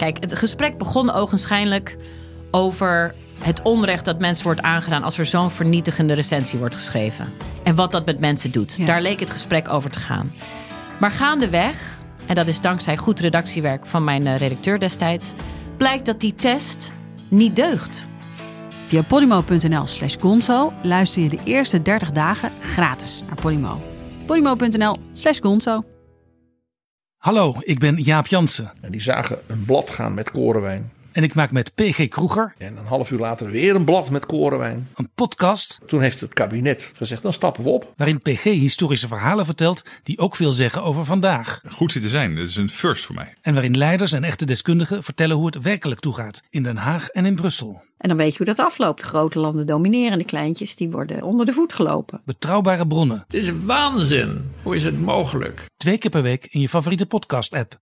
Kijk, het gesprek begon ogenschijnlijk over het onrecht dat mensen wordt aangedaan als er zo'n vernietigende recensie wordt geschreven. En wat dat met mensen doet. Ja. Daar leek het gesprek over te gaan. Maar gaandeweg, en dat is dankzij goed redactiewerk van mijn redacteur destijds, blijkt dat die test niet deugt. Via podimo.nl/gonzo luister je de eerste 30 dagen gratis naar Podimo. podimo.nl/gonzo. Hallo, ik ben Jaap Jansen. En die zagen een blad gaan met korenwijn. En ik maak met PG Kroeger. En een half uur later weer een blad met korenwijn. Een podcast. Toen heeft het kabinet gezegd, dan stappen we op. Waarin PG historische verhalen vertelt die ook veel zeggen over vandaag. Goed hier te zijn, dit is een first voor mij. En waarin leiders en echte deskundigen vertellen hoe het werkelijk toegaat. In Den Haag en in Brussel. En dan weet je hoe dat afloopt. De grote landen domineren, de kleintjes die worden onder de voet gelopen. Betrouwbare bronnen. Het is waanzin. Hoe is het mogelijk? 2 keer per week in je favoriete podcast-app.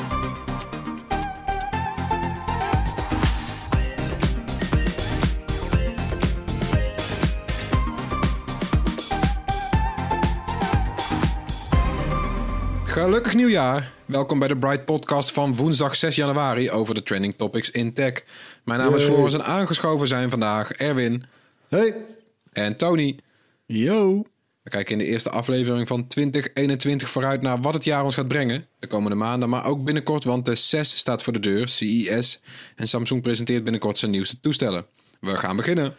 Gelukkig nieuwjaar. Welkom bij de Bright Podcast van woensdag 6 januari over de trending topics in tech. Mijn naam is Floris en aangeschoven zijn vandaag Erwin. Hey. En Tony. Yo. We kijken in de eerste aflevering van 2021 vooruit naar wat het jaar ons gaat brengen. De komende maanden, maar ook binnenkort, want de CES staat voor de deur, CES. En Samsung presenteert binnenkort zijn nieuwste toestellen. We gaan beginnen.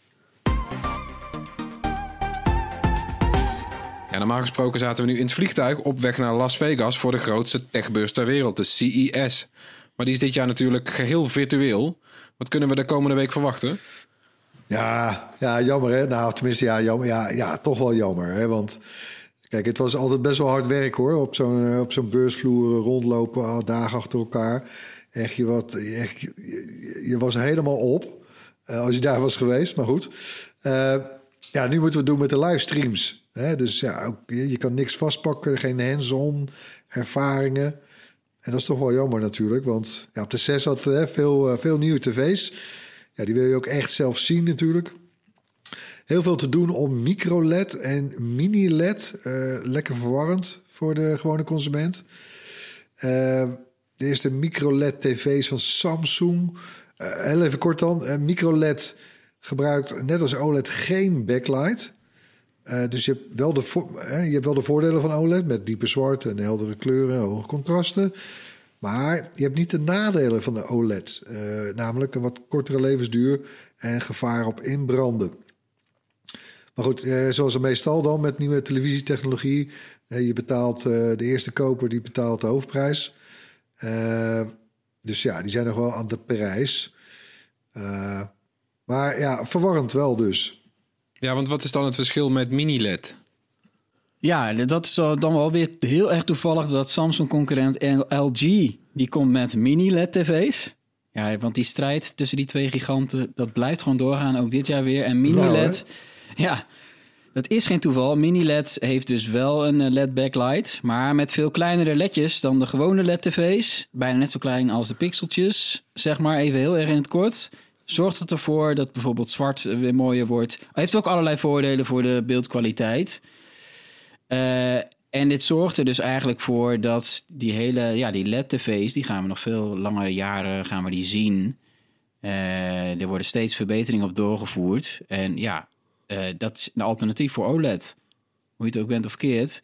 Ja, normaal gesproken zaten we nu in het vliegtuig op weg naar Las Vegas voor de grootste techbeurs ter wereld, de CES. Maar die is dit jaar natuurlijk geheel virtueel. Wat kunnen we de komende week verwachten? Ja, jammer hè. Nou, tenminste, jammer. Ja, toch wel jammer. Hè? Want kijk, het was altijd best wel hard werk hoor. Op zo'n beursvloer rondlopen, dagen achter elkaar. Echt, je was helemaal op als je daar was geweest. Maar goed. Nu moeten we het doen met de livestreams. Hè? Dus ja, ook, je kan niks vastpakken. Geen hands-on ervaringen. En dat is toch wel jammer natuurlijk. Want op de CES had veel nieuwe tv's. Ja, die wil je ook echt zelf zien natuurlijk. Heel veel te doen om micro-LED en mini-LED. Lekker verwarrend voor de gewone consument. De eerste micro-LED-tv's van Samsung. Heel even kort dan. Micro-LED gebruikt net als OLED geen backlight. Dus je hebt wel de voordelen van OLED... met diepe zwart en heldere kleuren en hoge contrasten... Maar je hebt niet de nadelen van de OLED. Namelijk een wat kortere levensduur en gevaar op inbranden. Maar goed, zoals het meestal dan met nieuwe televisietechnologie. Je betaalt de eerste koper, die betaalt de hoofdprijs. Dus ja, die zijn nog wel aan de prijs. Maar ja, verwarrend wel dus. Ja, want wat is dan het verschil met mini-LED? Ja, dat is dan wel weer heel erg toevallig dat Samsung-concurrent LG... die komt met mini-LED-tv's. Ja, want die strijd tussen die twee giganten... dat blijft gewoon doorgaan, ook dit jaar weer. En mini-LED, ja, dat is geen toeval. Mini-LED heeft dus wel een LED-backlight... maar met veel kleinere ledjes dan de gewone LED-tv's. Bijna net zo klein als de pixeltjes. Zeg maar even heel erg in het kort... Zorgt het ervoor dat bijvoorbeeld zwart weer mooier wordt. Heeft ook allerlei voordelen voor de beeldkwaliteit... En dit zorgt er dus eigenlijk voor dat die LED-tv's... die gaan we nog veel langere jaren die zien. Er worden steeds verbeteringen op doorgevoerd. En ja, dat is een alternatief voor OLED. Hoe je het ook bent of keert.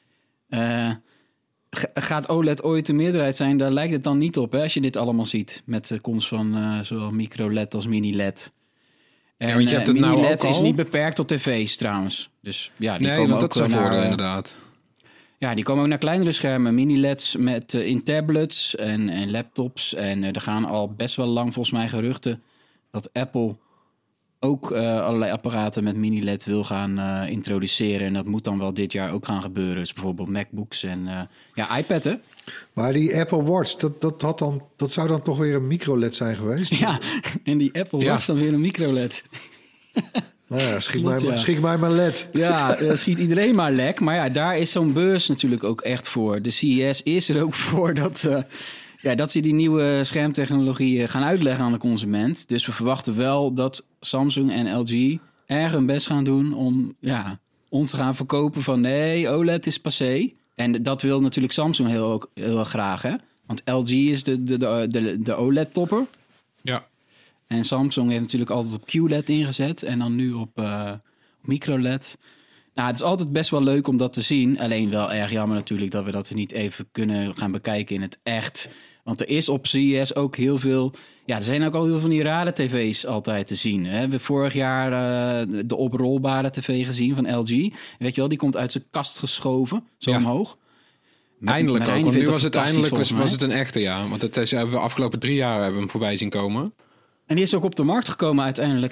Gaat OLED ooit de meerderheid zijn? Daar lijkt het dan niet op, hè, als je dit allemaal ziet. Met de komst van zowel micro-LED als mini-LED. En want je hebt het mini-LED nou is niet beperkt tot tv's trouwens. Dus ja, die komen ook dat is een voordeel inderdaad. Ja, die komen ook naar kleinere schermen. Mini-LEDs in tablets en laptops. En er gaan al best wel lang volgens mij geruchten... dat Apple ook allerlei apparaten met mini-LED wil gaan introduceren. En dat moet dan wel dit jaar ook gaan gebeuren. Dus bijvoorbeeld MacBooks en iPad, hè? Maar die Apple Watch, dat zou dan toch weer een micro-LED zijn geweest? Ja, en die Apple Watch dan weer een micro-LED. Nou ja, schiet mij maar LED. Ja, schiet iedereen maar lek. Maar ja, daar is zo'n beurs natuurlijk ook echt voor. De CES is er ook voor dat ze die nieuwe schermtechnologie gaan uitleggen aan de consument. Dus we verwachten wel dat Samsung en LG erg hun best gaan doen om ons te gaan verkopen van nee, OLED is passé. En dat wil natuurlijk Samsung heel graag, hè? Want LG is de OLED-topper. Ja. En Samsung heeft natuurlijk altijd op QLED ingezet. En dan nu op microLED. Nou, het is altijd best wel leuk om dat te zien. Alleen wel erg jammer natuurlijk dat we dat niet even kunnen gaan bekijken in het echt. Want er is op CES ook heel veel... Ja, er zijn ook al heel veel van die rare tv's altijd te zien. We hebben vorig jaar de oprolbare tv gezien van LG. Weet je wel, die komt uit zijn kast geschoven, zo omhoog. Eindelijk ook, want nu was het eindelijk was het een echte, ja. Want het is, hebben we afgelopen 3 jaar hebben we hem voorbij zien komen. En die is ook op de markt gekomen uiteindelijk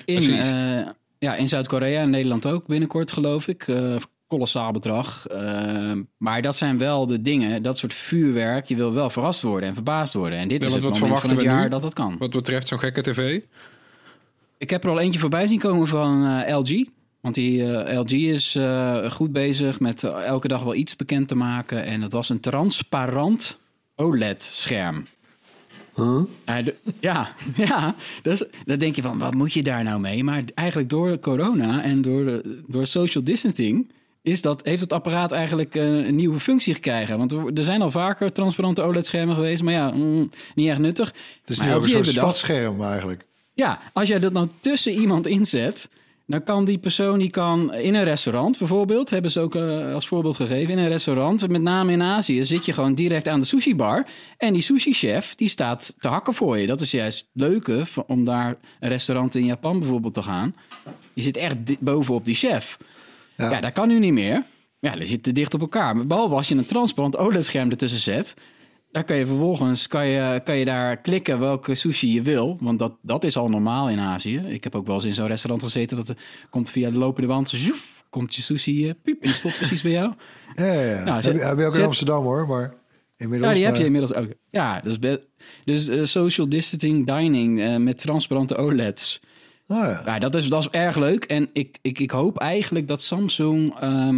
in Zuid-Korea en Nederland ook binnenkort, geloof ik. Kolossaal bedrag. Maar dat zijn wel de dingen, dat soort vuurwerk. Je wil wel verrast worden en verbaasd worden. En dit is het moment van het jaar dat kan. Wat betreft zo'n gekke tv? Ik heb er al eentje voorbij zien komen van LG. Want die LG is goed bezig met elke dag wel iets bekend te maken. En dat was een transparant OLED-scherm. Huh? Ja. Dus dan denk je van, wat moet je daar nou mee? Maar eigenlijk door corona en door social distancing heeft het apparaat eigenlijk een nieuwe functie gekregen. Want er zijn al vaker transparante OLED-schermen geweest, maar ja, niet echt nuttig. Het is nu ook een soort spatscherm eigenlijk. Ja, als jij dat nou tussen iemand inzet, dan kan die persoon in een restaurant bijvoorbeeld, hebben ze ook als voorbeeld gegeven, in een restaurant, met name in Azië, zit je gewoon direct aan de sushi-bar en die sushi-chef, die staat te hakken voor je. Dat is juist het leuke om daar een restaurant in Japan bijvoorbeeld te gaan. Je zit echt bovenop die chef. Ja, dat kan nu niet meer. Ja, die zitten dicht op elkaar. Behalve als je een transparant OLED-scherm ertussen zet, dan kan je vervolgens kan je daar klikken welke sushi je wil. Want dat is al normaal in Azië. Ik heb ook wel eens in zo'n restaurant gezeten dat komt via de lopende band. Zoef, komt je sushi piep en stopt precies bij jou. Ja. Nou, heb je ook in Amsterdam hoor, maar inmiddels... Ja, die heb je inmiddels ook. Ja, dus social distancing dining met transparante OLED's. Oh ja. Ja, dat is erg leuk. En ik hoop eigenlijk dat Samsung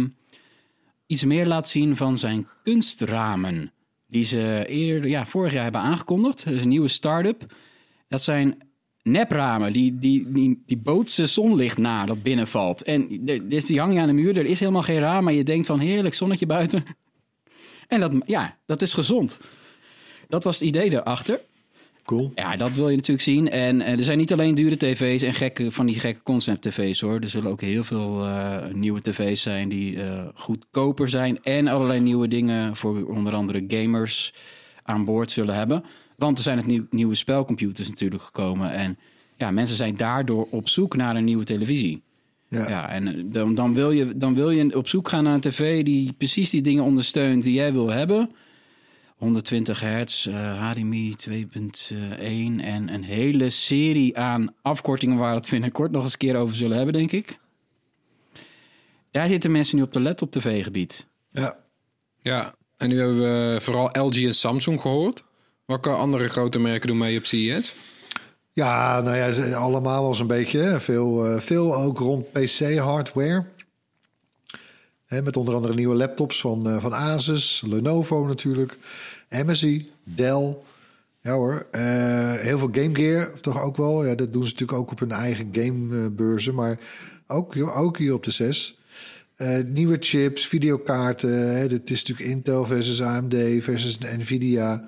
iets meer laat zien van zijn kunstramen. Die ze vorig jaar hebben aangekondigd. Dat is een nieuwe start-up. Dat zijn nepramen. Die bootsen zonlicht na dat binnenvalt. En die hang je aan de muur. Er is helemaal geen raam. Maar je denkt van heerlijk zonnetje buiten. En dat is gezond. Dat was het idee daarachter. Cool. Ja, dat wil je natuurlijk zien. En er zijn niet alleen dure tv's en gekke concept tv's hoor. Er zullen ook heel veel nieuwe tv's zijn die goedkoper zijn. En allerlei nieuwe dingen voor onder andere gamers aan boord zullen hebben. Want er zijn het nieuwe spelcomputers natuurlijk gekomen. En ja, mensen zijn daardoor op zoek naar een nieuwe televisie. Ja, en dan wil je op zoek gaan naar een tv die precies die dingen ondersteunt die jij wil hebben. 120 hertz, HDMI 2.1 en een hele serie aan afkortingen waar we het binnenkort nog eens een keer over zullen hebben, denk ik. Daar zitten mensen nu op de laptop-tv-gebied. Ja, en nu hebben we vooral LG en Samsung gehoord. Welke andere grote merken doen mee op CES? Ja, nou ja, allemaal wel zo'n beetje. Veel ook rond PC-hardware. Met onder andere nieuwe laptops van Asus, Lenovo natuurlijk, MSI, Dell. Ja hoor, heel veel Game Gear toch ook wel. Ja, dat doen ze natuurlijk ook op hun eigen gamebeurzen, maar ook hier op de CES. Nieuwe chips, videokaarten. Het is natuurlijk Intel versus AMD versus Nvidia.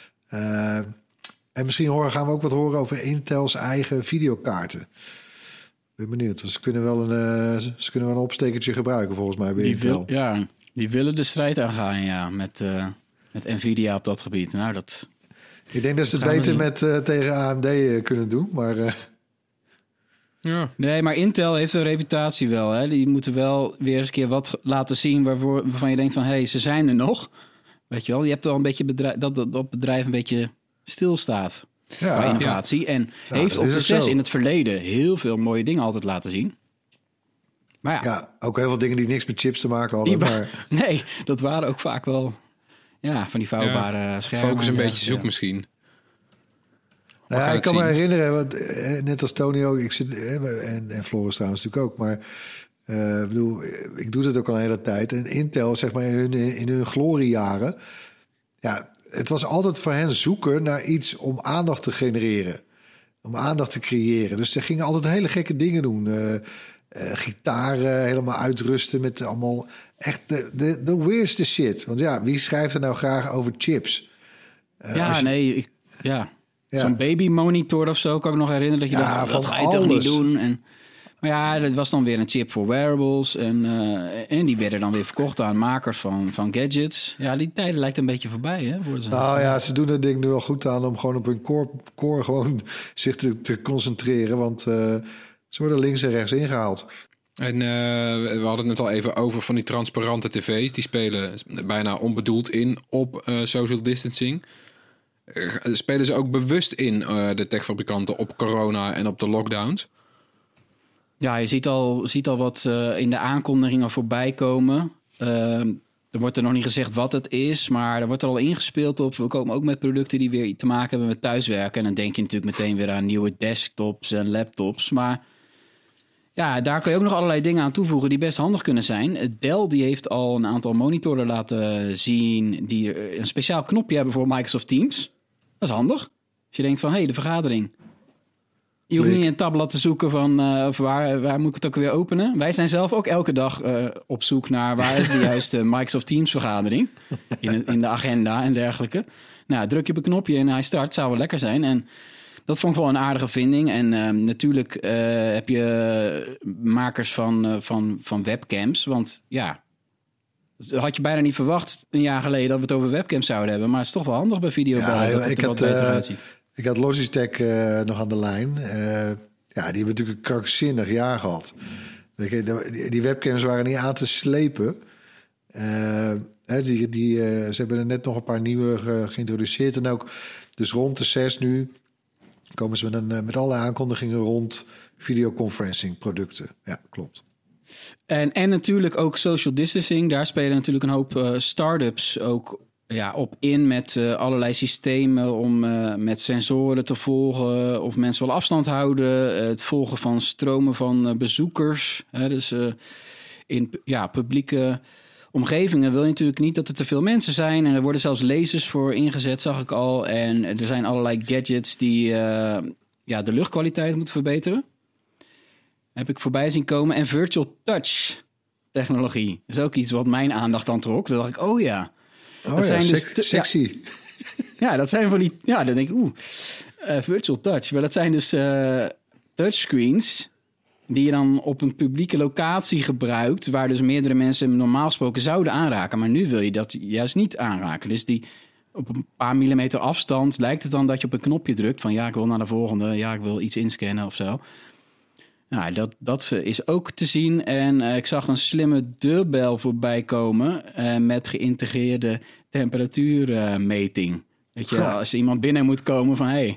En misschien gaan we ook wat horen over Intel's eigen videokaarten. Ik ben benieuwd. Ze kunnen wel een opstekertje gebruiken volgens mij bij Intel. Die willen de strijd aangaan, ja, met Nvidia op dat gebied. Nou, ik denk dat ze het beter tegen AMD kunnen doen, maar... Ja. Nee, maar Intel heeft een reputatie wel. Hè? Die moeten wel weer eens een keer wat laten zien waarvan je denkt van... hé, ze zijn er nog. Weet je wel, je hebt al een beetje dat bedrijf een beetje stilstaat. Qua innovatie. En heeft op de CES in het verleden heel veel mooie dingen altijd laten zien. Maar ja, ook heel veel dingen die niks met chips te maken hadden. Nee, dat waren ook vaak wel van die vouwbare schermen. Focus een beetje zoek misschien. Nou, ik kan me herinneren, want, net als Tony ook, ik zit, en Floris trouwens natuurlijk ook, maar ik doe dat ook al een hele tijd. En Intel, zeg maar, in hun gloriejaren, ja, het was altijd voor hen zoeken naar iets om aandacht te genereren. Om aandacht te creëren. Dus ze gingen altijd hele gekke dingen doen. Gitaren helemaal uitrusten met allemaal echt de weirdste shit. Want ja, wie schrijft er nou graag over chips? Zo'n babymonitor of zo kan ik nog herinneren. Dat je dacht, dat ga je toch niet doen? Maar ja, dat was dan weer een chip voor wearables. En die werden dan weer verkocht aan makers van gadgets. Ja, die tijden lijkt een beetje voorbij, hè? Ze doen het ding nu wel goed aan om gewoon op hun core gewoon zich te concentreren. Want ze worden links en rechts ingehaald. En we hadden het net al even over van die transparante tv's. Die spelen bijna onbedoeld in op social distancing. Spelen ze ook bewust in, de techfabrikanten, op corona en op de lockdowns? Ja, je ziet al wat in de aankondigingen voorbij komen. Er wordt er nog niet gezegd wat het is, maar er wordt er al ingespeeld op. We komen ook met producten die weer te maken hebben met thuiswerken. En dan denk je natuurlijk meteen weer aan nieuwe desktops en laptops. Maar ja, daar kun je ook nog allerlei dingen aan toevoegen die best handig kunnen zijn. Dell die heeft al een aantal monitoren laten zien die een speciaal knopje hebben voor Microsoft Teams. Dat is handig. Als je denkt van, de vergadering. Je hoeft niet in een tabblad te zoeken van waar moet ik het ook weer openen. Wij zijn zelf ook elke dag op zoek naar waar is de juiste Microsoft Teams vergadering. In de agenda en dergelijke. Nou, druk je op een knopje en hij start. Zou wel lekker zijn. En dat vond ik wel een aardige vinding. En natuurlijk heb je makers van webcams. Want ja, dat had je bijna niet verwacht een jaar geleden dat we het over webcams zouden hebben. Maar het is toch wel handig bij videobellen dat het er wat beter uitziet. Ik had Logitech nog aan de lijn. Die hebben natuurlijk een krankzinnig jaar gehad. Die webcams waren niet aan te slepen. Ze hebben er net nog een paar nieuwe geïntroduceerd. En ook dus rond de 6 nu komen ze met alle aankondigingen rond videoconferencing producten. Ja, klopt. En natuurlijk ook social distancing. Daar spelen natuurlijk een hoop start-ups ook op in met allerlei systemen om met sensoren te volgen of mensen wel afstand houden. Het volgen van stromen van bezoekers. Dus in publieke omgevingen wil je natuurlijk niet dat er te veel mensen zijn. En er worden zelfs lasers voor ingezet, zag ik al. En er zijn allerlei gadgets die de luchtkwaliteit moeten verbeteren. Heb ik voorbij zien komen. En virtual touch technologie is ook iets wat mijn aandacht aan trok. Toen dacht ik, dat zijn dus sexy. Ja, dat zijn van die. Ja, dan denk ik, virtual touch. Maar dat zijn dus touchscreens die je dan op een publieke locatie gebruikt, waar dus meerdere mensen normaal gesproken zouden aanraken. Maar nu wil je dat juist niet aanraken. Dus die op een paar millimeter afstand lijkt het dan dat je op een knopje drukt van ik wil naar de volgende, ik wil iets inscannen of zo. Nou, dat is ook te zien. En ik zag een slimme deurbel voorbij komen met geïntegreerde temperatuurmeting. Weet je, als iemand binnen moet komen van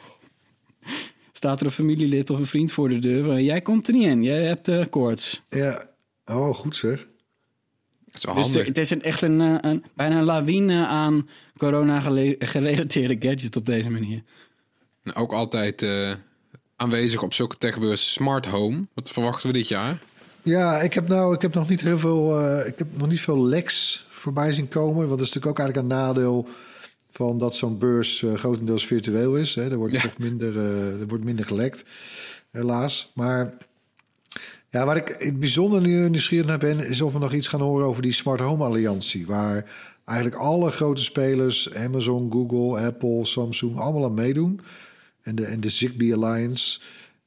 staat er een familielid of een vriend voor de deur van, jij komt er niet in, jij hebt koorts. Ja, goed zeg. Dus het is echt bijna een lawine aan corona-gerelateerde gadgets op deze manier. En ook altijd aanwezig op zulke techbeurzen smart home. Wat verwachten we dit jaar? Ja, ik heb nog niet heel veel. Ik heb nog niet veel leks voorbij zien komen. Want dat is natuurlijk ook eigenlijk een nadeel van dat zo'n beurs grotendeels virtueel is. Hè. Er wordt toch minder gelekt, helaas. Maar waar ik het bijzonder nieuwsgierig naar ben, is of we nog iets gaan horen over die Smart Home Alliantie, waar eigenlijk alle grote spelers, Amazon, Google, Apple, Samsung, allemaal aan meedoen. En de Zigbee Alliance.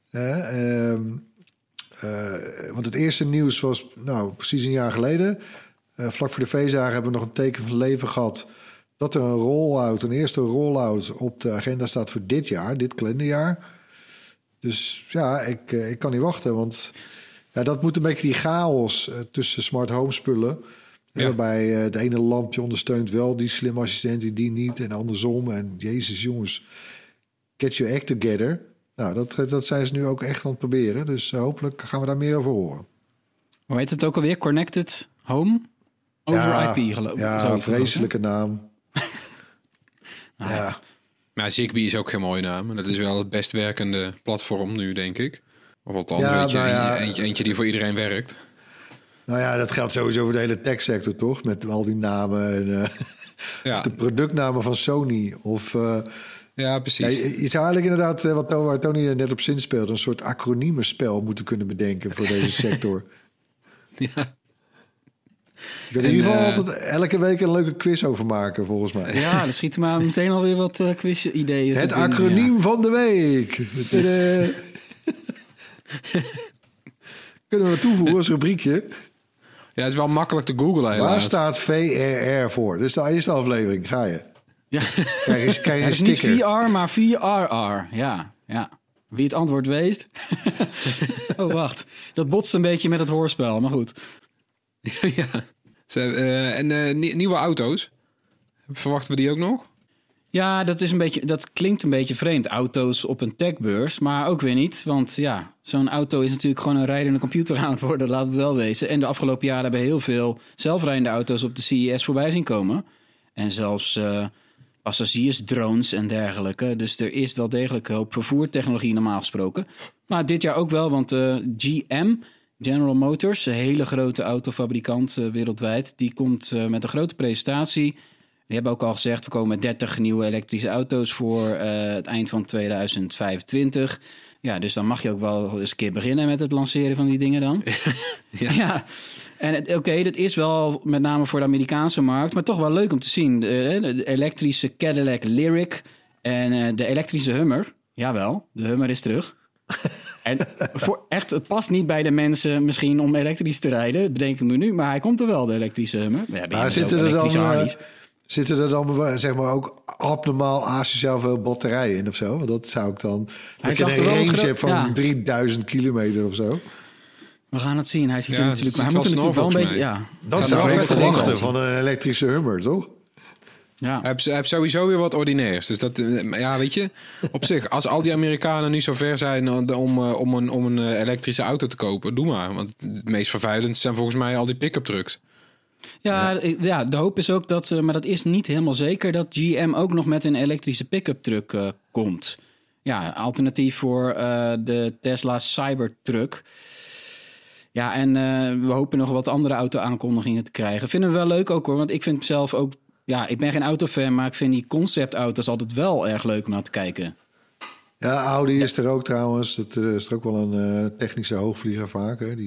Want het eerste nieuws was precies een jaar geleden. Vlak voor de feestdagen hebben we nog een teken van leven gehad dat er een eerste rollout op de agenda staat voor dit kalenderjaar. Dus ik kan niet wachten, want dat moet een beetje die chaos tussen smart home spullen. Waarbij het ene lampje ondersteunt wel die slimme assistent, die niet en andersom. En jezus jongens, get your act together. Nou, dat zijn ze nu ook echt aan het proberen. Dus hopelijk gaan we daar meer over horen. Hoe heet het ook alweer? Connected Home? Over IP, geloof ik. Ja, een vreselijke naam. Maar Zigbee is ook geen mooie naam. En dat is wel het best werkende platform nu, denk ik. Of althans, eentje die voor iedereen werkt. Nou ja, dat geldt sowieso voor de hele techsector, toch? Met al die namen en of de productnamen van Sony. Of ja, precies. Je zou eigenlijk inderdaad, waar Tony er net op zinspeelde, een soort acroniemenspel moeten kunnen bedenken voor deze sector. Ja. Je kunt in ieder geval altijd elke week een leuke quiz over maken, volgens mij. Ja, dan schieten maar meteen alweer wat quiz-ideeën. Het acroniem van de week. Kunnen we toevoegen als rubriekje? Ja, het is wel makkelijk te googlen helaas. Waar staat VRR voor? Dus de eerste aflevering, ga je. Ja. Krijg je Het is een niet sticker. VR, maar VRR. Ja. Wie het antwoord weet. Oh, wacht. Dat botst een beetje met het hoorspel, maar goed. Ja. Nieuwe auto's. Verwachten we die ook nog? Ja, dat klinkt een beetje vreemd. Auto's op een techbeurs, maar ook weer niet. Want ja, zo'n auto is natuurlijk gewoon een rijdende computer aan het worden, laat het wel wezen. En de afgelopen jaren hebben heel veel zelfrijdende auto's op de CES voorbij zien komen. En zelfs passagiersdrones en dergelijke. Dus er is wel degelijk een hoop vervoertechnologie normaal gesproken. Maar dit jaar ook wel, want GM, General Motors, een hele grote autofabrikant wereldwijd, die komt met een grote presentatie. Die hebben ook al gezegd, we komen met 30 nieuwe elektrische auto's voor het eind van 2025. Ja, dus dan mag je ook wel eens een keer beginnen met het lanceren van die dingen dan. Ja. En oké, dat is wel met name voor de Amerikaanse markt, maar toch wel leuk om te zien. De elektrische Cadillac Lyriq en de elektrische Hummer. Jawel, de Hummer is terug. En het past niet bij de mensen misschien om elektrisch te rijden, bedenk ik me nu. Maar hij komt er wel, de elektrische Hummer. We hebben Maar zitten er dan zeg maar ook abnormaal asociaal veel batterijen in of zo? Want dat zou ik dan... Dat je een range hebt van 3000 kilometer of zo. We gaan het zien. Hij ziet er natuurlijk... Maar hij moet er natuurlijk wel een beetje... Ja. Dat zou ik verwachten van een elektrische Hummer, toch? Ja. Hij heeft sowieso weer wat ordinairs. Dus dat, ja, weet je, op zich, als al die Amerikanen nu zo ver zijn om een elektrische auto te kopen, doe maar. Want het meest vervuilend zijn volgens mij al die pick-up trucks. Ja, de hoop is ook dat, maar dat is niet helemaal zeker, dat GM ook nog met een elektrische pick-up truck komt. Ja, alternatief voor de Tesla Cybertruck. Ja, en we hopen nog wat andere auto-aankondigingen te krijgen. Vinden we wel leuk ook hoor, want ik vind zelf ook... Ja, ik ben geen autofan, maar ik vind die conceptauto's altijd wel erg leuk om naar te kijken. Ja, Audi is er ook trouwens. Dat is er ook wel een technische hoogvlieger vaak. Hè?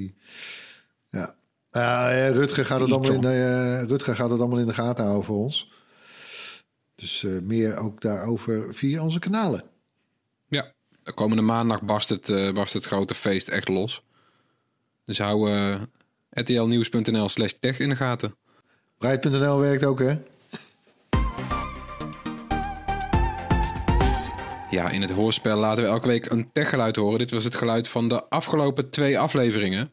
Rutger gaat het allemaal in de gaten houden voor ons. Dus meer ook daarover via onze kanalen. Ja, de komende maandag barst het grote feest echt los. Dus hou rtlnieuws.nl/tech in de gaten. Bright.nl werkt ook, hè? Ja, in het hoorspel laten we elke week een techgeluid horen. Dit was het geluid van de afgelopen 2 afleveringen.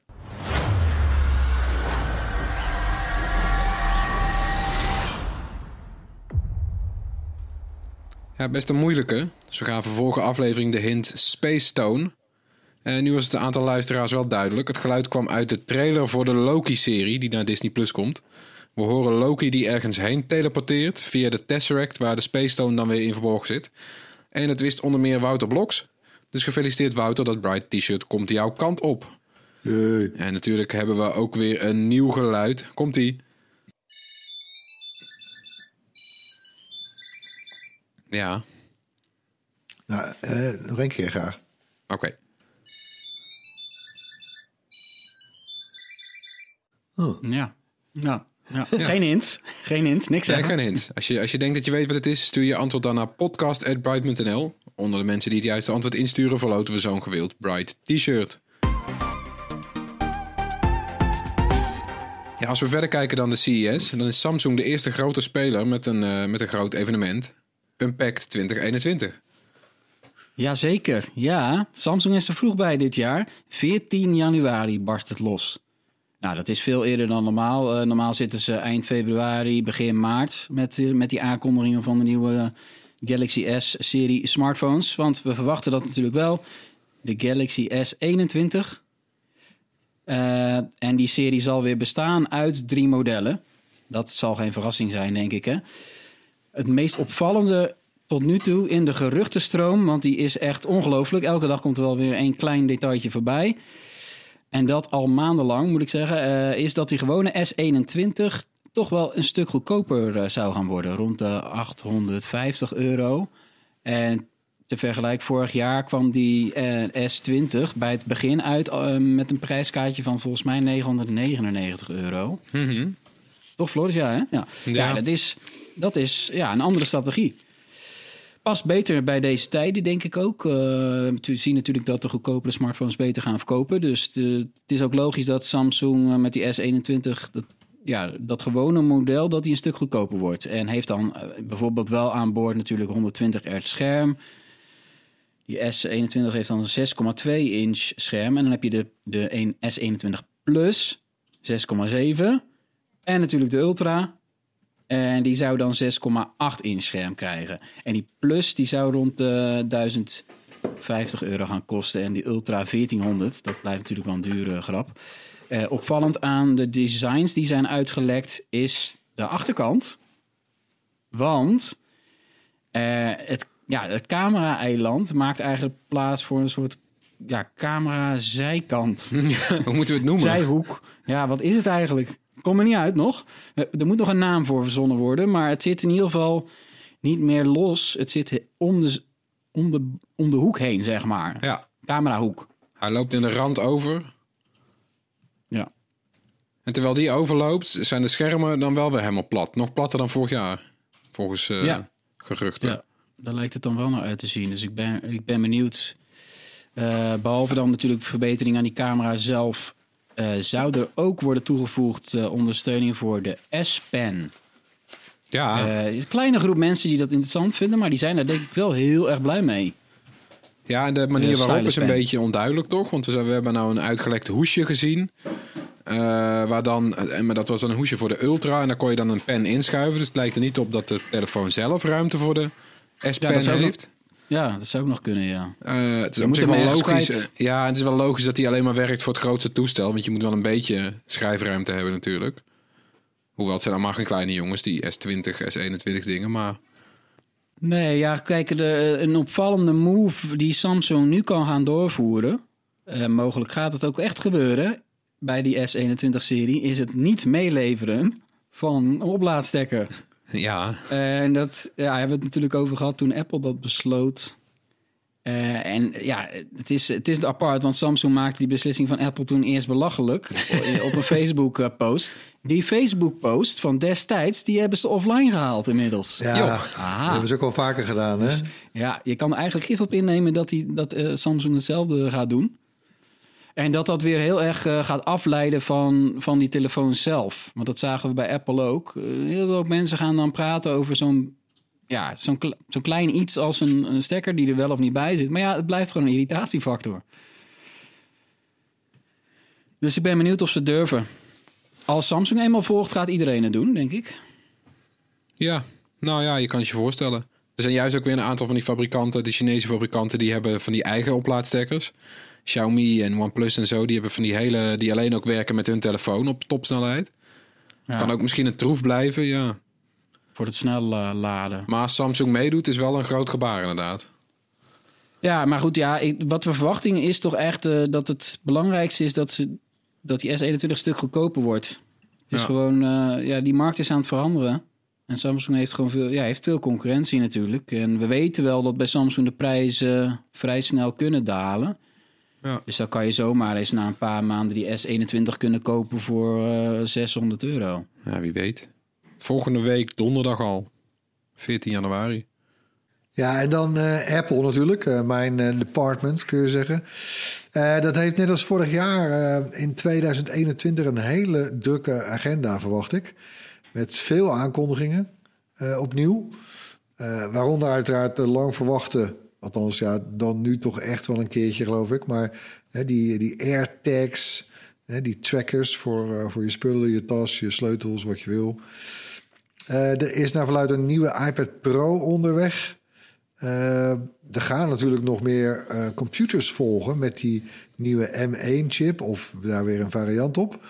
Ja, best een moeilijke. Dus we gaan voor vorige aflevering de hint Space Tone. En nu was het een aantal luisteraars wel duidelijk. Het geluid kwam uit de trailer voor de Loki-serie die naar Disney Plus komt. We horen Loki die ergens heen teleporteert via de Tesseract waar de Space Stone dan weer in verborgen zit. En het wist onder meer Wouter Bloks. Dus gefeliciteerd Wouter, dat Bright T-shirt komt jouw kant op. Hey. En natuurlijk hebben we ook weer een nieuw geluid. Komt-ie. Ja. Nou, nog een keer graag. Oké. Ja. Geen hints, niks zeggen. Geen hints. Als je denkt dat je weet wat het is, stuur je antwoord dan naar podcast@bright.nl. Onder de mensen die het juiste antwoord insturen, verloten we zo'n gewild Bright T-shirt. Ja, als we verder kijken dan de CES, dan is Samsung de eerste grote speler met een groot evenement. Unpacked 2021. Jazeker, ja. Samsung is er vroeg bij dit jaar. 14 januari barst het los. Nou, dat is veel eerder dan normaal. Normaal zitten ze eind februari, begin maart met die aankondigingen van de nieuwe Galaxy S-serie smartphones. Want we verwachten dat natuurlijk wel. De Galaxy S21. En die serie zal weer bestaan uit 3 modellen. Dat zal geen verrassing zijn, denk ik, hè. Het meest opvallende tot nu toe in de geruchtenstroom, want die is echt ongelooflijk. Elke dag komt er wel weer een klein detailtje voorbij. En dat al maandenlang, moet ik zeggen, is dat die gewone S21 toch wel een stuk goedkoper zou gaan worden. Rond de €850. En te vergelijk, vorig jaar kwam die S20 bij het begin uit met een prijskaartje van volgens mij €999. Mm-hmm. Toch, Floris? Ja, hè? Ja, dat is een andere strategie. Past beter bij deze tijden, denk ik ook. We zien natuurlijk dat de goedkopere smartphones beter gaan verkopen. Dus het is ook logisch dat Samsung met die S21... dat gewone model, dat die een stuk goedkoper wordt. En heeft dan bijvoorbeeld wel aan boord natuurlijk 120 Hz scherm. Die S21 heeft dan een 6,2 inch scherm. En dan heb je de S21 Plus, 6,7. En natuurlijk de Ultra. En die zou dan 6,8 inch scherm krijgen. En die Plus die zou rond de €1050 gaan kosten. En die Ultra 1400. Dat blijft natuurlijk wel een dure grap. Opvallend aan de designs die zijn uitgelekt is de achterkant. Want het camera-eiland maakt eigenlijk plaats voor een soort camera-zijkant. Hoe moeten we het noemen? Zijhoek. Ja, wat is het eigenlijk? Kom er niet uit nog. Er moet nog een naam voor verzonnen worden. Maar het zit in ieder geval niet meer los. Het zit om de hoek heen, zeg maar. Ja. Camerahoek. Hij loopt in de rand over. Ja. En terwijl die overloopt, zijn de schermen dan wel weer helemaal plat. Nog platter dan vorig jaar. Volgens geruchten. Ja, daar lijkt het dan wel naar uit te zien. Dus ik ben benieuwd. Behalve dan natuurlijk verbetering aan die camera zelf... zou er ook worden toegevoegd ondersteuning voor de S-Pen. Ja. Een kleine groep mensen die dat interessant vinden... maar die zijn daar denk ik wel heel erg blij mee. Ja, en de manier waarop is een beetje onduidelijk toch? Want we hebben nou een uitgelekt hoesje gezien... maar dat was dan een hoesje voor de Ultra... en daar kon je dan een pen inschuiven. Dus het lijkt er niet op dat de telefoon zelf ruimte voor de S-Pen heeft. Ja, dat zou ook nog kunnen, ja. Het is op zich wel logisch. Ja, het is wel logisch dat hij alleen maar werkt voor het grootste toestel. Want je moet wel een beetje schrijfruimte hebben natuurlijk. Hoewel, het zijn allemaal geen kleine jongens, die S20, S21 dingen, maar... Nee, ja, kijk, een opvallende move die Samsung nu kan gaan doorvoeren... mogelijk gaat het ook echt gebeuren bij die S21-serie... is het niet meeleveren van een oplaadstekker. Ja. En dat hebben we het natuurlijk over gehad toen Apple dat besloot. Het is apart, want Samsung maakte die beslissing van Apple toen eerst belachelijk op een Facebook-post. Die Facebook-post van destijds, die hebben ze offline gehaald inmiddels. Ja, dat hebben ze ook al vaker gedaan, hè? Dus, ja, je kan er eigenlijk gif op innemen dat Samsung hetzelfde gaat doen. En dat weer heel erg gaat afleiden van die telefoon zelf. Want dat zagen we bij Apple ook. Heel veel mensen gaan dan praten over zo'n klein iets als een stekker die er wel of niet bij zit. Maar ja, het blijft gewoon een irritatiefactor. Dus ik ben benieuwd of ze durven. Als Samsung eenmaal volgt, gaat iedereen het doen, denk ik. Ja, nou ja, je kan het je voorstellen. Er zijn juist ook weer een aantal van die fabrikanten, de Chinese fabrikanten, die hebben van die eigen oplaadstekkers. Xiaomi en OnePlus en zo, die hebben van die alleen ook werken met hun telefoon op topsnelheid. Ja. Kan ook misschien een troef blijven, ja. Voor het snel laden. Maar als Samsung meedoet, is wel een groot gebaar inderdaad. Ja, maar goed, wat we verwachtingen is toch echt dat het belangrijkste is dat die S21 een stuk goedkoper wordt. Het is gewoon, die markt is aan het veranderen. En Samsung heeft gewoon veel concurrentie natuurlijk. En we weten wel dat bij Samsung de prijzen vrij snel kunnen dalen. Ja. Dus dan kan je zomaar eens na een paar maanden die S21 kunnen kopen voor €600. Ja, wie weet. Volgende week donderdag al. 14 januari. Ja, en dan Apple natuurlijk. Mijn department, kun je zeggen. Dat heeft net als vorig jaar in 2021 een hele drukke agenda, verwacht ik. Met veel aankondigingen opnieuw. Waaronder uiteraard de lang verwachte... Althans, dan nu toch echt wel een keertje, geloof ik. Maar die AirTags, die trackers voor je spullen, je tas, je sleutels, wat je wil. Er is naar verluidt een nieuwe iPad Pro onderweg. Er gaan natuurlijk nog meer computers volgen met die nieuwe M1-chip of daar weer een variant op.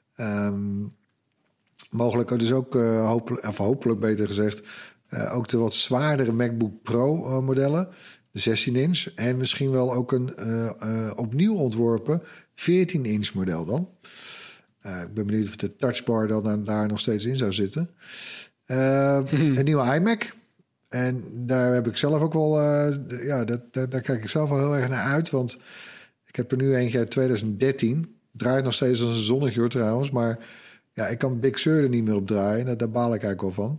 Mogelijk dus ook, hopelijk beter gezegd, ook de wat zwaardere MacBook Pro modellen. De 16-inch en misschien wel ook een opnieuw ontworpen 14-inch model dan. Ik ben benieuwd of de touchbar dan daar nog steeds in zou zitten. Een nieuwe iMac. En daar heb ik zelf ook wel... daar kijk ik zelf wel heel erg naar uit. Want ik heb er nu eentje uit 2013. Draait nog steeds als een zonnetje hoor, trouwens. Maar Ja, ik kan Big Sur er niet meer op draaien. Daar baal ik eigenlijk wel van.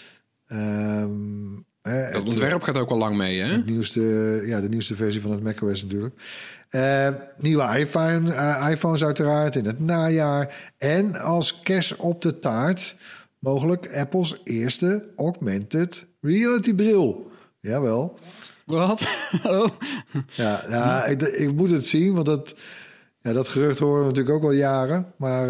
Dat ontwerp gaat ook al lang mee, hè? De nieuwste versie van het macOS natuurlijk. Nieuwe iPhones uiteraard in het najaar. En als kers op de taart mogelijk Apples eerste augmented reality bril. Jawel. Wat? Oh. Ja, ik moet het zien, want dat gerucht horen we natuurlijk ook al jaren. Maar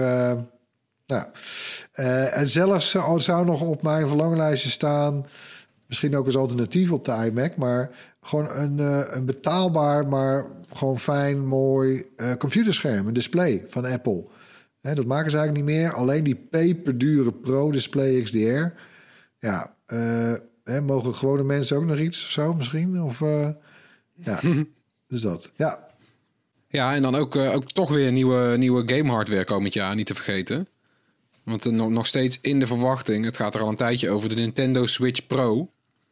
en zelfs zou nog op mijn verlanglijstje staan, misschien ook als alternatief op de iMac, maar gewoon een betaalbaar, maar gewoon fijn, mooi computerscherm, een display van Apple. Dat maken ze eigenlijk niet meer. Alleen die peperdure Pro Display XDR. Ja, mogen gewone mensen ook nog iets of zo misschien? Of dus dat. Ja. Ja, en dan ook toch weer nieuwe game hardware komend jaar, niet te vergeten. Want nog steeds in de verwachting, het gaat er al een tijdje over, de Nintendo Switch Pro.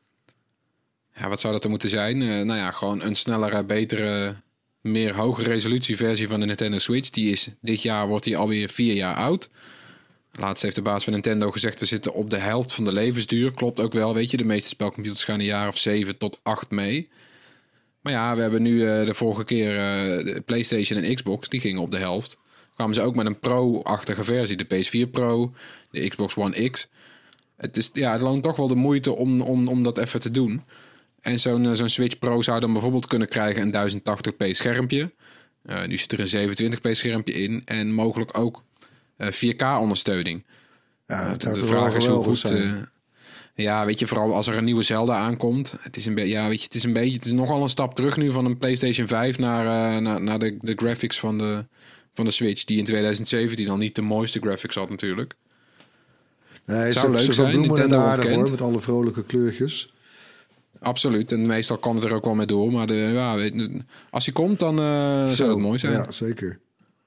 Ja, wat zou dat er moeten zijn? Gewoon een snellere, betere, meer hoge resolutie versie van de Nintendo Switch. Dit jaar wordt die alweer 4 jaar oud. Laatst heeft de baas van Nintendo gezegd, we zitten op de helft van de levensduur. Klopt ook wel, weet je. De meeste spelcomputers gaan een jaar of 7 tot 8 mee. Maar ja, we hebben nu de vorige keer de PlayStation en Xbox, die gingen op de helft. Kwamen ze ook met een Pro-achtige versie. De PS4 Pro, de Xbox One X. Het loont toch wel de moeite om dat even te doen. En zo'n Switch Pro zou dan bijvoorbeeld kunnen krijgen een 1080p schermpje. Nu zit er een 27p schermpje in. En mogelijk ook 4K-ondersteuning. Ja, de vraag is hoe goed... weet je, vooral als er een nieuwe Zelda aankomt. Het is nogal een stap terug nu van een PlayStation 5 naar de graphics van de Switch, die in 2017 dan niet de mooiste graphics had natuurlijk. Nee, zou leuk zijn. Nintendo aardig, hoor, met alle vrolijke kleurtjes. Absoluut. En meestal kan het er ook wel mee door. Maar als hij komt, dan zou het mooi zijn. Ja, zeker.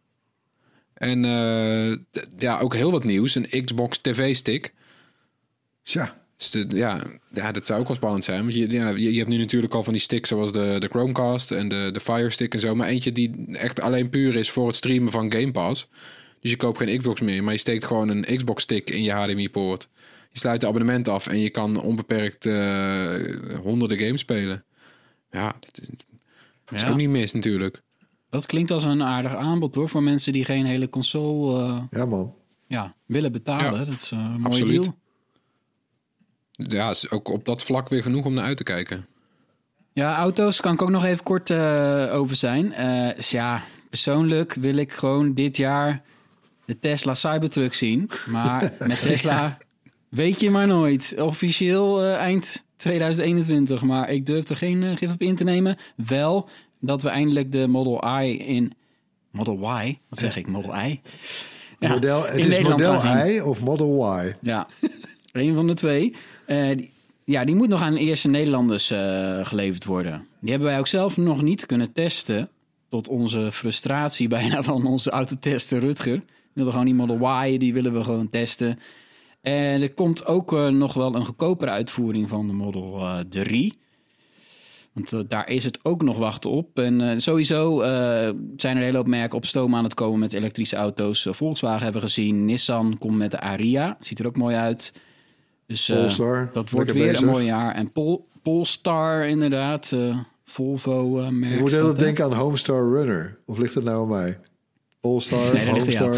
En ook heel wat nieuws. Een Xbox TV-stick. Tja. Dus dat zou ook wel spannend zijn. Want je hebt nu natuurlijk al van die sticks zoals de Chromecast en de Fire Stick en zo. Maar eentje die echt alleen puur is voor het streamen van Game Pass. Dus je koopt geen Xbox meer, maar je steekt gewoon een Xbox stick in je HDMI-poort. Je sluit de abonnement af en je kan onbeperkt honderden games spelen. Ja, dat is ook niet mis natuurlijk. Dat klinkt als een aardig aanbod hoor, voor mensen die geen hele console willen betalen. Ja, dat is een mooie deal. Ja, is ook op dat vlak weer genoeg om naar uit te kijken. Ja, auto's kan ik ook nog even kort over zijn. Persoonlijk wil ik gewoon dit jaar de Tesla Cybertruck zien. Maar met Tesla weet je maar nooit. Officieel eind 2021. Maar ik durf er geen gif op in te nemen. Wel dat we eindelijk de Model Y Model Y? Wat zeg ik? Model I? Ja, het is Model I of Model Y. Ja, een van de twee. Die moet nog aan de eerste Nederlanders geleverd worden. Die hebben wij ook zelf nog niet kunnen testen. Tot onze frustratie bijna van onze autotester Rutger. We willen gewoon die Model Y, die willen we gewoon testen. En er komt ook nog wel een goedkopere uitvoering van de Model 3. Want daar is het ook nog wachten op. En sowieso zijn er een hele hoop merken op stoom aan het komen met elektrische auto's. Volkswagen hebben we gezien. Nissan komt met de Ariya. Ziet er ook mooi uit. Dus dat wordt weer een mooi jaar. En Polestar inderdaad. Volvo merk. Ik moet heel denken aan Homestar Runner. Of ligt het nou aan mij? Polestar, nee, Homestar.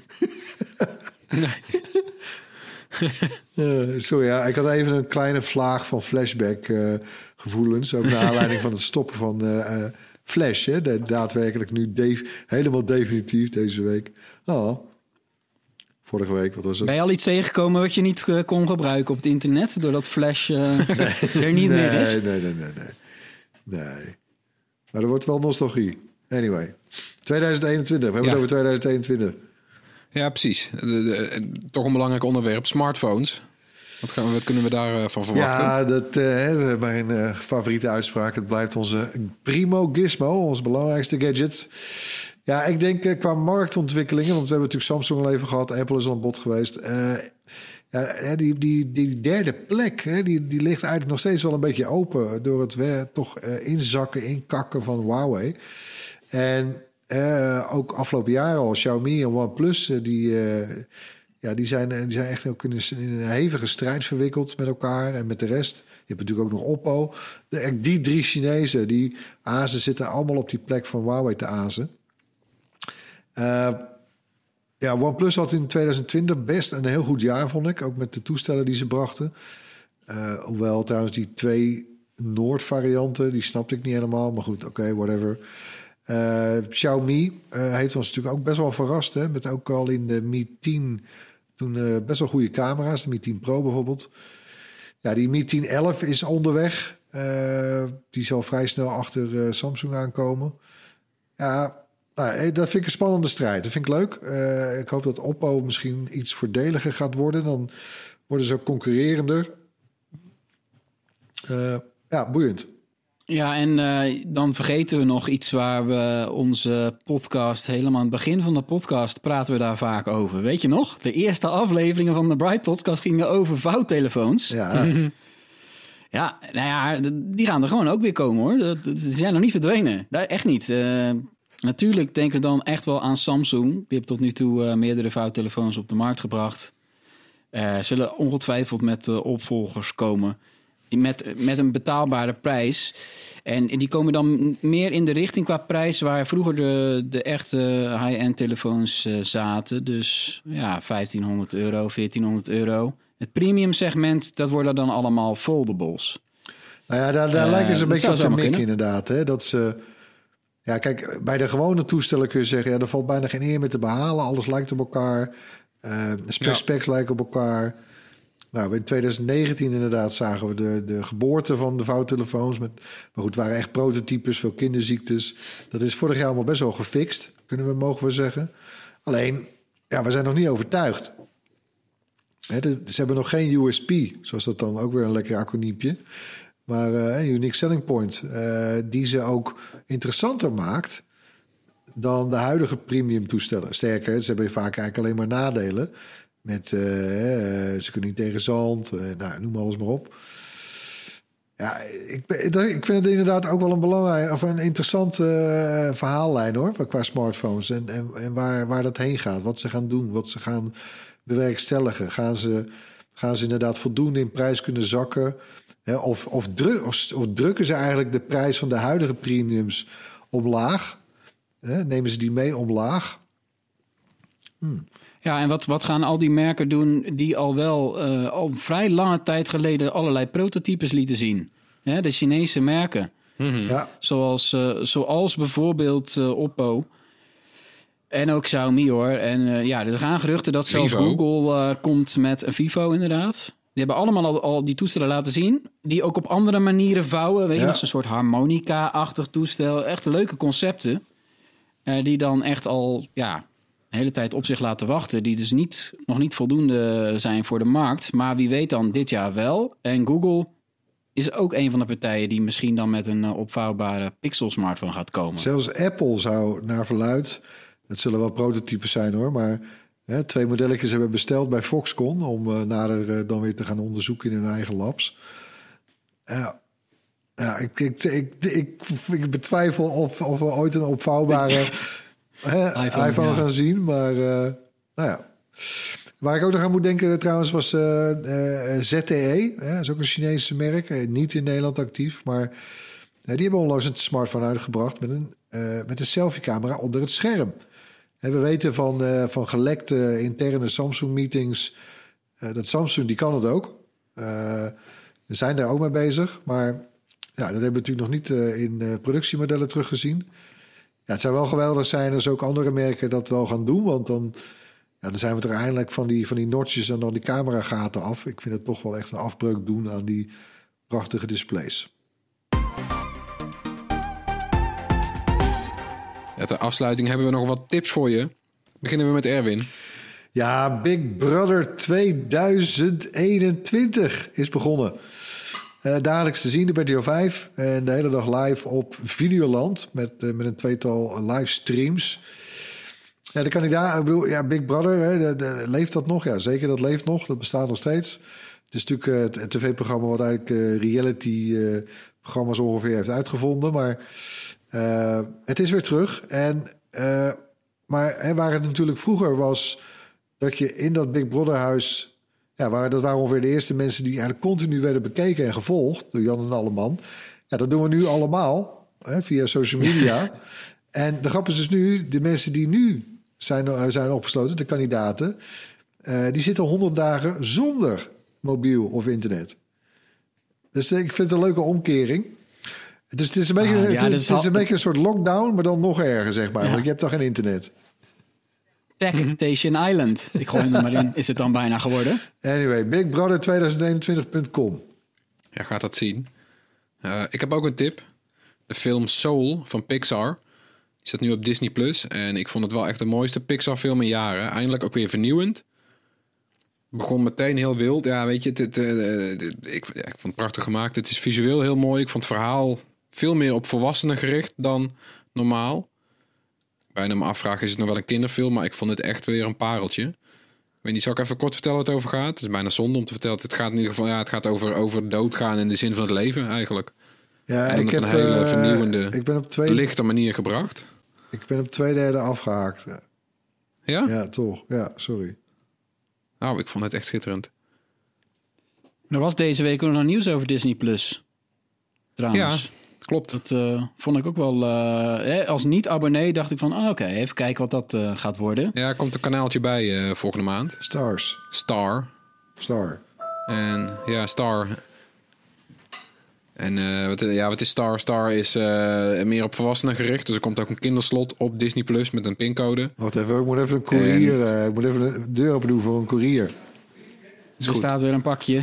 Sorry, ik had even een kleine vlaag van flashback gevoelens. Ook naar aanleiding van het stoppen van Flash. Hè, daadwerkelijk nu helemaal definitief deze week. Vorige week, wat was het? Ben je al iets tegengekomen wat je niet kon gebruiken op het internet? Doordat Flash er niet meer is? Nee. Maar er wordt wel nostalgie. Anyway. 2021. We hebben het over 2021. Ja, precies. Toch een belangrijk onderwerp. Smartphones. Wat kunnen we daarvan verwachten? Ja, mijn favoriete uitspraak. Het blijft onze primo gizmo. Ons belangrijkste gadget. Ja, ik denk qua marktontwikkelingen. Want we hebben natuurlijk Samsung al even gehad. Apple is al aan bod geweest. Die derde plek, die ligt eigenlijk nog steeds wel een beetje open. Door het toch inzakken, inkakken van Huawei. En ook afgelopen jaren al Xiaomi en OnePlus. die zijn echt ook in een hevige strijd verwikkeld met elkaar en met de rest. Je hebt natuurlijk ook nog Oppo. Die 3 Chinezen, die azen, zitten allemaal op die plek van Huawei te azen. OnePlus had in 2020 best een heel goed jaar, vond ik. Ook met de toestellen die ze brachten. Hoewel trouwens die 2 Noord-varianten, die snapte ik niet helemaal. Maar goed, oké, whatever. Xiaomi heeft ons natuurlijk ook best wel verrast. Hè? Met ook al in de Mi 10 toen best wel goede camera's. De Mi 10 Pro bijvoorbeeld. Ja, die Mi 10 11 is onderweg. Die zal vrij snel achter Samsung aankomen. Ja, dat vind ik een spannende strijd. Dat vind ik leuk. Ik hoop dat Oppo misschien iets voordeliger gaat worden. Dan worden ze ook concurrerender. Boeiend. Ja, en dan vergeten we nog iets waar we onze podcast... helemaal aan het begin van de podcast praten we daar vaak over. Weet je nog? De eerste afleveringen van de Bright Podcast gingen over vouwtelefoons. Ja. Ja, nou ja, die gaan er gewoon ook weer komen, hoor. Die zijn nog niet verdwenen. Echt niet. Natuurlijk denken we dan echt wel aan Samsung. Die heeft tot nu toe meerdere vouwtelefoons op de markt gebracht. Zullen ongetwijfeld met opvolgers komen... Met een betaalbare prijs. En die komen dan meer in de richting qua prijs... waar vroeger de echte high-end telefoons zaten. Dus ja, €1.500, €1.400. Het premium segment, dat worden dan allemaal foldables. Nou ja, daar lijken ze een beetje op te mikken inderdaad. Hè? Dat ze... Ja, kijk, bij de gewone toestellen kun je zeggen... ja, er valt bijna geen eer meer te behalen. Alles lijkt op elkaar. Specs lijken op elkaar... Nou, in 2019 inderdaad zagen we de geboorte van de vouwtelefoons. Maar goed, het waren echt prototypes, veel kinderziektes. Dat is vorig jaar allemaal best wel gefixt, mogen we zeggen. Alleen, we zijn nog niet overtuigd. Ze hebben nog geen USP, zoals dat dan ook weer een lekker acroniempje. Maar een unique selling point, die ze ook interessanter maakt dan de huidige premium toestellen. Sterker, ze hebben vaak eigenlijk alleen maar nadelen... Met, ze kunnen niet tegen zand, noem alles maar op. Ja, ik vind het inderdaad ook wel een belangrijk... of een interessante verhaallijn, hoor, qua smartphones. En waar dat heen gaat, wat ze gaan doen, wat ze gaan bewerkstelligen. Gaan ze inderdaad voldoende in prijs kunnen zakken? Of drukken ze eigenlijk de prijs van de huidige premiums omlaag? Nemen ze die mee omlaag? Ja, en wat gaan al die merken doen die al wel al vrij lange tijd geleden allerlei prototypes lieten zien? De Chinese merken. Mm-hmm. Ja. Zoals bijvoorbeeld Oppo. En ook Xiaomi, hoor. En er gaan geruchten dat zelfs Google komt met een Vivo, inderdaad. Die hebben allemaal al die toestellen laten zien. Die ook op andere manieren vouwen. Weet je, dat is een soort harmonica-achtig toestel. Echt leuke concepten. Die dan echt al... de hele tijd op zich laten wachten... die dus nog niet voldoende zijn voor de markt. Maar wie weet dan dit jaar wel. En Google is ook een van de partijen... die misschien dan met een opvouwbare Pixel-smartphone gaat komen. Zelfs Apple zou naar verluid... dat zullen wel prototypes zijn, hoor... maar 2 modelletjes hebben besteld bij Foxconn... om nader dan weer te gaan onderzoeken in hun eigen labs. Ik betwijfel of we ooit een opvouwbare... iPhone gaan zien, maar Waar ik ook nog aan moet denken trouwens was ZTE. Dat is ook een Chinese merk, niet in Nederland actief, maar die hebben onlangs een smartphone uitgebracht met een selfie-camera onder het scherm. En we weten van gelekte interne Samsung-meetings dat Samsung, die kan het ook. We zijn daar ook mee bezig, maar dat hebben we natuurlijk nog niet in productiemodellen teruggezien. Ja, het zou wel geweldig zijn als ook andere merken dat wel gaan doen. Want dan zijn we toch eindelijk van die notches en dan die cameragaten af. Ik vind het toch wel echt een afbreuk doen aan die prachtige displays. Ja, ter afsluiting hebben we nog wat tips voor je. Beginnen we met Erwin. Ja, Big Brother 2021 is begonnen. Dagelijks te zien op RTL 5 en de hele dag live op Videoland met een 2-tal livestreams. Ja, de kandidaat, ik bedoel, Big Brother, leeft dat nog? Ja, zeker, dat leeft nog. Dat bestaat nog steeds. Het is natuurlijk het tv-programma wat eigenlijk reality-programma's ongeveer heeft uitgevonden. Maar het is weer terug. Maar waar het natuurlijk vroeger was dat je in dat Big Brother huis... Ja, dat waren ongeveer de eerste mensen die eigenlijk continu werden bekeken en gevolgd door Jan en Alleman. Ja, dat doen we nu allemaal via social media. En de grap is dus nu, de mensen die nu zijn opgesloten, de kandidaten, die zitten 100 dagen zonder mobiel of internet. Dus ik vind het een leuke omkering. Dus het is een beetje, het is een beetje een soort lockdown, maar dan nog erger, zeg maar. Ja. Want je hebt dan geen internet. Techtation Island. Ik gooi hem er maar in. Is het dan bijna geworden? Anyway, BigBrother2021.com. Ja, gaat dat zien. Ik heb ook een tip. De film Soul van Pixar. Die staat nu op Disney+. En ik vond het wel echt de mooiste Pixar film in jaren. Eindelijk ook weer vernieuwend. Begon meteen heel wild. Ja, weet je, ik vond het prachtig gemaakt. Het is visueel heel mooi. Ik vond het verhaal veel meer op volwassenen gericht dan normaal. Bijna me afvragen, is het nog wel een kinderfilm? Maar ik vond het echt weer een pareltje. Ik weet niet, zal ik even kort vertellen wat het over gaat? Het is bijna zonde om te vertellen. Het gaat in ieder geval, het gaat over doodgaan in de zin van het leven eigenlijk. Ja, en ik heb op een hele vernieuwende, ik ben op lichte manier gebracht. Ik ben op 2/3 afgehaakt. Ja? Ja, toch. Ja, sorry. Nou, ik vond het echt schitterend. Er was deze week ook nog nieuws over Disney+. Trouwens. Ja, klopt. Dat vond ik ook wel... als niet-abonnee dacht ik van... oké, even kijken wat dat gaat worden. Ja, er komt een kanaaltje bij volgende maand. Star. En ja, Star. En wat is Star? Star is meer op volwassenen gericht. Dus er komt ook een kinderslot op Disney Plus met een pincode. Wacht even, ik moet even een courier. Ik moet even de deur open doen voor een courier. Er staat weer een pakje.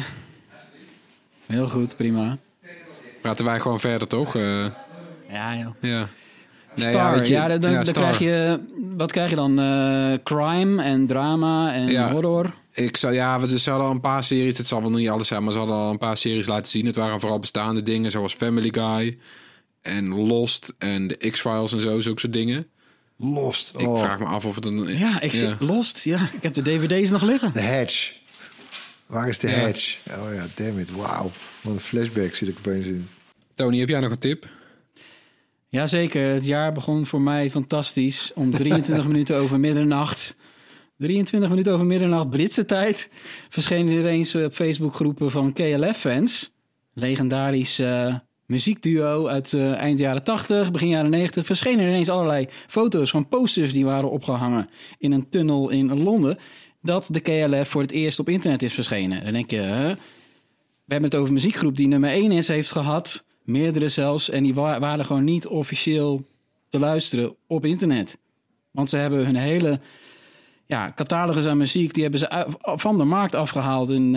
Heel goed, prima. Praten wij gewoon verder, toch? Ja, joh. Ja. Star, dan krijg je... Wat krijg je dan? Crime en drama en horror? Ze hadden al een paar series, het zal wel niet alles zijn, maar ze hadden al een paar series laten zien. Het waren vooral bestaande dingen, zoals Family Guy en Lost en de X-Files en zo, zulke soort dingen. Lost. Ik vraag me af of het een... Lost, ja. Ik heb de dvd's nog liggen. The Hedge. Waar is de Hedge? Oh ja, damn it, wauw. Wat een flashback zit ik opeens in. Tony, heb jij nog een tip? Jazeker, het jaar begon voor mij fantastisch. Om 23 minuten over middernacht... 23 minuten over middernacht Britse tijd verschenen er eens op Facebookgroepen van KLF-fans. Legendarisch muziekduo uit eind jaren 80, begin jaren 90. Verschenen er ineens allerlei foto's van posters die waren opgehangen in een tunnel in Londen. Dat de KLF voor het eerst op internet is verschenen. Dan denk je, we hebben het over een muziekgroep die nummer 1 heeft gehad. Meerdere zelfs. En die waren gewoon niet officieel te luisteren op internet. Want ze hebben hun hele... catalogus aan muziek, die hebben ze van de markt afgehaald in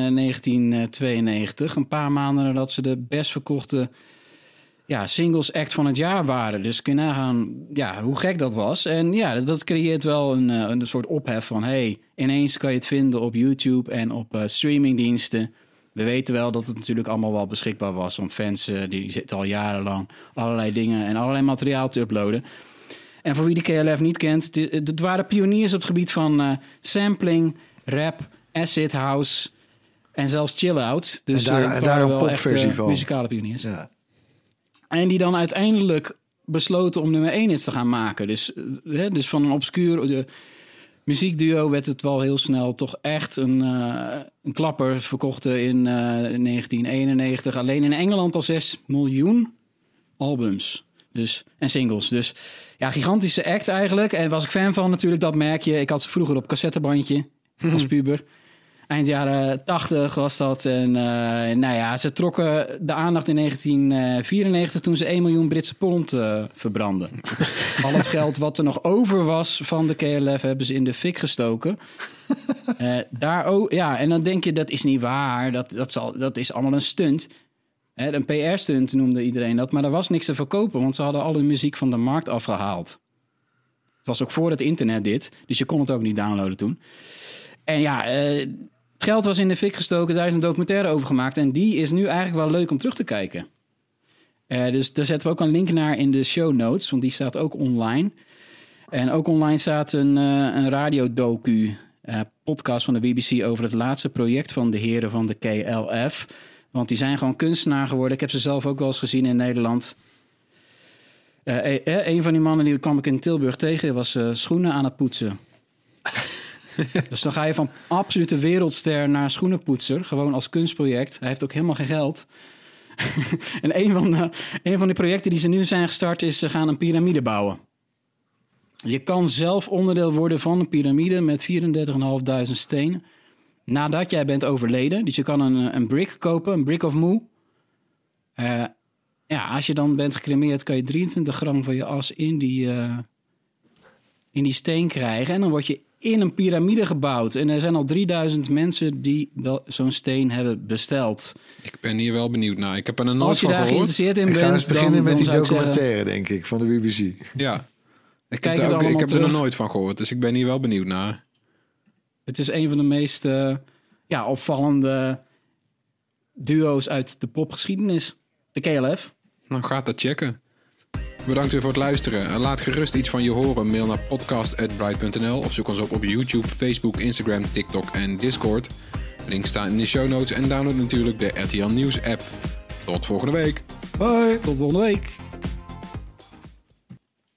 1992. Een paar maanden nadat ze de best verkochte singles act van het jaar waren. Dus kun je nagaan hoe gek dat was. En dat creëert wel een soort ophef van... ineens kan je het vinden op YouTube en op streamingdiensten. We weten wel dat het natuurlijk allemaal wel beschikbaar was. Want fans die zitten al jarenlang allerlei dingen en allerlei materiaal te uploaden. En voor wie de KLF niet kent, het waren pioniers op het gebied van sampling, rap, acid house en zelfs chill-out. Dus en daar een wel popversie echt van. Muzikale pioniers. Ja. En die dan uiteindelijk besloten om nummer 1 hits te gaan maken. Dus van een obscuur muziekduo werd het wel heel snel toch echt een klapper. Verkochten in 1991 alleen in Engeland al 6 miljoen albums. En singles. Dus gigantische act eigenlijk. En was ik fan van natuurlijk, dat merk je. Ik had ze vroeger op cassettebandje als puber. Eind jaren 80 was dat. En ze trokken de aandacht in 1994 toen ze 1 miljoen Britse pond verbrandden. Al het geld wat er nog over was van de KLF hebben ze in de fik gestoken. En dan denk je, dat is niet waar. Dat is allemaal een stunt. Een PR-stunt noemde iedereen dat. Maar er was niks te verkopen, want ze hadden al hun muziek van de markt afgehaald. Het was ook voor het internet dit, dus je kon het ook niet downloaden toen. En het geld was in de fik gestoken, daar is een documentaire over gemaakt. En die is nu eigenlijk wel leuk om terug te kijken. Dus daar zetten we ook een link naar in de show notes, want die staat ook online. En ook online staat een radiodocu, podcast van de BBC over het laatste project van de heren van de KLF. Want die zijn gewoon kunstenaar geworden. Ik heb ze zelf ook wel eens gezien in Nederland. Een van die mannen die kwam ik in Tilburg tegen, was schoenen aan het poetsen. Dus dan ga je van absolute wereldster naar schoenenpoetser. Gewoon als kunstproject. Hij heeft ook helemaal geen geld. En een van die projecten die ze nu zijn gestart is... ze gaan een piramide bouwen. Je kan zelf onderdeel worden van een piramide met 34.500 stenen. Nadat jij bent overleden. Dus je kan een brick kopen, een brick of Mu. Als je dan bent gecremeerd... kan je 23 gram van je as in die steen krijgen. En dan word je in een piramide gebouwd. En er zijn al 3000 mensen die wel zo'n steen hebben besteld. Ik ben hier wel benieuwd naar. Ik heb er nog nooit Als je van daar gehoord. geïnteresseerd in Ik bent... ga eens beginnen met die zou ik documentaire, zeggen, denk ik, van de BBC. Ja. Ik Kijk heb het allemaal er nog terug. nooit van gehoord. Dus ik ben hier wel benieuwd naar. Het is een van de meest opvallende duo's uit de popgeschiedenis. De KLF. Nou, ga dat checken. Bedankt weer voor het luisteren. Laat gerust iets van je horen. Mail naar podcast@bright.nl of zoek ons op YouTube, Facebook, Instagram, TikTok en Discord. Links staan in de show notes en download natuurlijk de RTL Nieuws app. Tot volgende week. Bye. Tot volgende week.